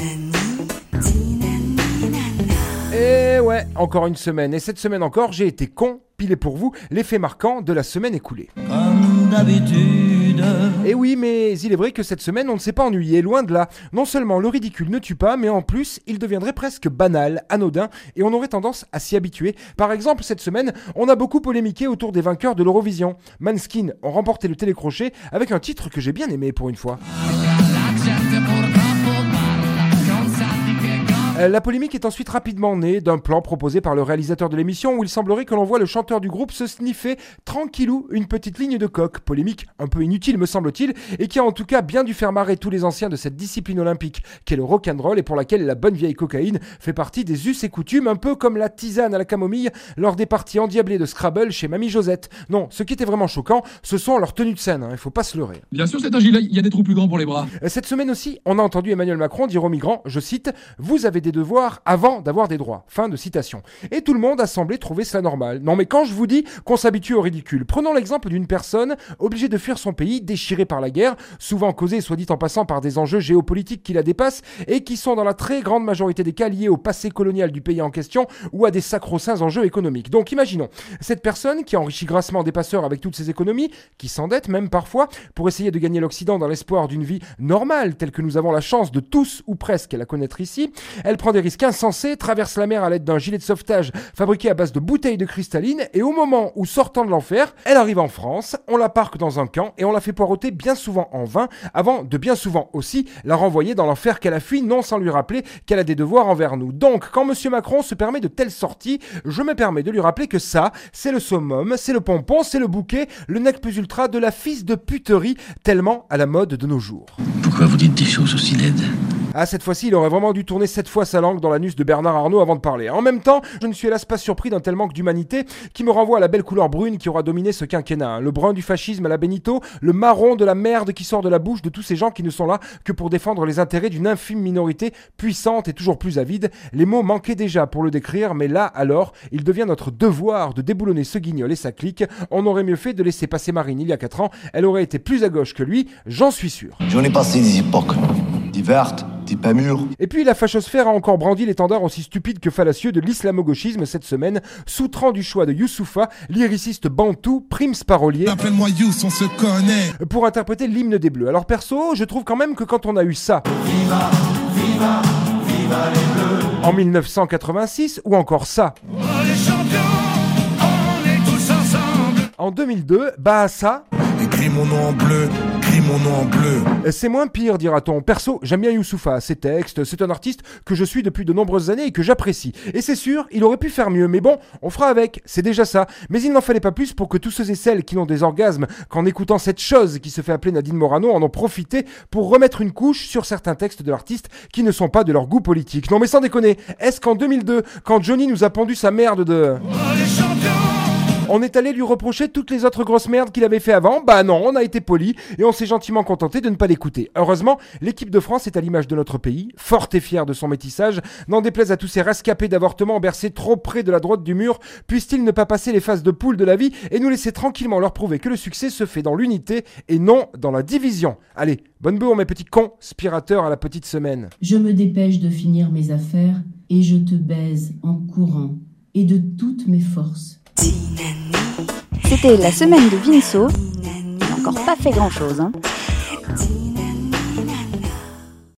Et ouais, encore une semaine. Et cette semaine encore, j'ai été compilé pour vous les faits marquants de la semaine écoulée. Comme d'habitude. Et oui, mais il est vrai que cette semaine, on ne s'est pas ennuyé, loin de là. Non seulement le ridicule ne tue pas, mais en plus, il deviendrait presque banal, anodin, et on aurait tendance à s'y habituer. Par exemple, cette semaine, on a beaucoup polémiqué autour des vainqueurs de l'Eurovision. Måneskin ont remporté le télécrochet avec un titre que j'ai bien aimé pour une fois. La polémique est ensuite rapidement née d'un plan proposé par le réalisateur de l'émission où il semblerait que l'on voit le chanteur du groupe se sniffer tranquillou une petite ligne de coke. Polémique un peu inutile me semble-t-il et qui a en tout cas bien dû faire marrer tous les anciens de cette discipline olympique qu'est le rock'n'roll et pour laquelle la bonne vieille cocaïne fait partie des us et coutumes, un peu comme la tisane à la camomille lors des parties endiablées de Scrabble chez Mamie Josette. Non, ce qui était vraiment choquant, ce sont leurs tenues de scène, il faut pas se leurrer. Bien sûr, c'est un gilet, il y a des trous plus grands pour les bras. Cette semaine aussi, on a entendu Emmanuel Macron dire aux migrants, je cite, « Vous avez des devoirs avant d'avoir des droits ». Fin de citation. Et tout le monde a semblé trouver cela normal. Non mais quand je vous dis qu'on s'habitue au ridicule, prenons l'exemple d'une personne obligée de fuir son pays, déchirée par la guerre, souvent causée, soit dit en passant, par des enjeux géopolitiques qui la dépassent et qui sont dans la très grande majorité des cas liés au passé colonial du pays en question ou à des sacro-saints enjeux économiques. Donc imaginons, cette personne qui enrichit grassement des passeurs avec toutes ses économies, qui s'endette même parfois pour essayer de gagner l'Occident dans l'espoir d'une vie normale telle que nous avons la chance de tous ou presque la connaître ici, elle prend des risques insensés, traverse la mer à l'aide d'un gilet de sauvetage fabriqué à base de bouteilles de cristalline et au moment où, sortant de l'enfer, elle arrive en France, on la parque dans un camp et on la fait poireauter bien souvent en vain avant de bien souvent aussi la renvoyer dans l'enfer qu'elle a fui, non sans lui rappeler qu'elle a des devoirs envers nous. Donc, quand monsieur Macron se permet de telles sorties, je me permets de lui rappeler que ça, c'est le summum, c'est le pompon, c'est le bouquet, le nec plus ultra de la fils de puterie tellement à la mode de nos jours. Pourquoi vous dites des choses aussi laides ? Ah, cette fois-ci, il aurait vraiment dû tourner 7 fois sa langue dans l'anus de Bernard Arnault avant de parler. En même temps, je ne suis hélas pas surpris d'un tel manque d'humanité qui me renvoie à la belle couleur brune qui aura dominé ce quinquennat. Le brun du fascisme à la Benito, le marron de la merde qui sort de la bouche de tous ces gens qui ne sont là que pour défendre les intérêts d'une infime minorité puissante et toujours plus avide. Les mots manquaient déjà pour le décrire, mais là, alors, il devient notre devoir de déboulonner ce guignol et sa clique. On aurait mieux fait de laisser passer Marine il y a 4 ans. Elle aurait été plus à gauche que lui, j'en suis sûr. J'en ai passé des époques, des vertes, des pas mûres. Et puis la fachosphère a encore brandi l'étendard aussi stupide que fallacieux de l'islamo-gauchisme cette semaine, souterrant du choix de Youssoufa, lyriciste bantou, prims parolier, appelle-moi Youss, on se connaît, pour interpréter l'hymne des Bleus. Alors perso, je trouve quand même que quand on a eu ça, Viva, viva, viva les Bleus. En 1986, ou encore ça, Oh, les champions, on est tous ensemble. En 2002, bah ça, écris mon nom en bleu, écris mon nom en bleu. C'est moins pire, dira-t-on. Perso, j'aime bien Youssoufa, ses textes, c'est un artiste que je suis depuis de nombreuses années et que j'apprécie. Et c'est sûr, il aurait pu faire mieux, mais bon, on fera avec, c'est déjà ça. Mais il n'en fallait pas plus pour que tous ceux et celles qui n'ont des orgasmes qu'en écoutant cette chose qui se fait appeler Nadine Morano en ont profité pour remettre une couche sur certains textes de l'artiste qui ne sont pas de leur goût politique. Non mais sans déconner, est-ce qu'en 2002, quand Johnny nous a pendu sa merde de... Oh, les champions. On est allé lui reprocher toutes les autres grosses merdes qu'il avait fait avant? Bah non, on a été poli et on s'est gentiment contenté de ne pas l'écouter. Heureusement, l'équipe de France est à l'image de notre pays, forte et fière de son métissage, n'en déplaise à tous ces rescapés d'avortement bercés trop près de la droite du mur, puissent-ils ne pas passer les phases de poule de la vie et nous laisser tranquillement leur prouver que le succès se fait dans l'unité et non dans la division. Allez, bonne bourre mes petits conspirateurs à la petite semaine. Je me dépêche de finir mes affaires et je te baise en courant et de toutes mes forces. C'était la semaine de Vinceau. Il n'a encore pas fait grand-chose, hein.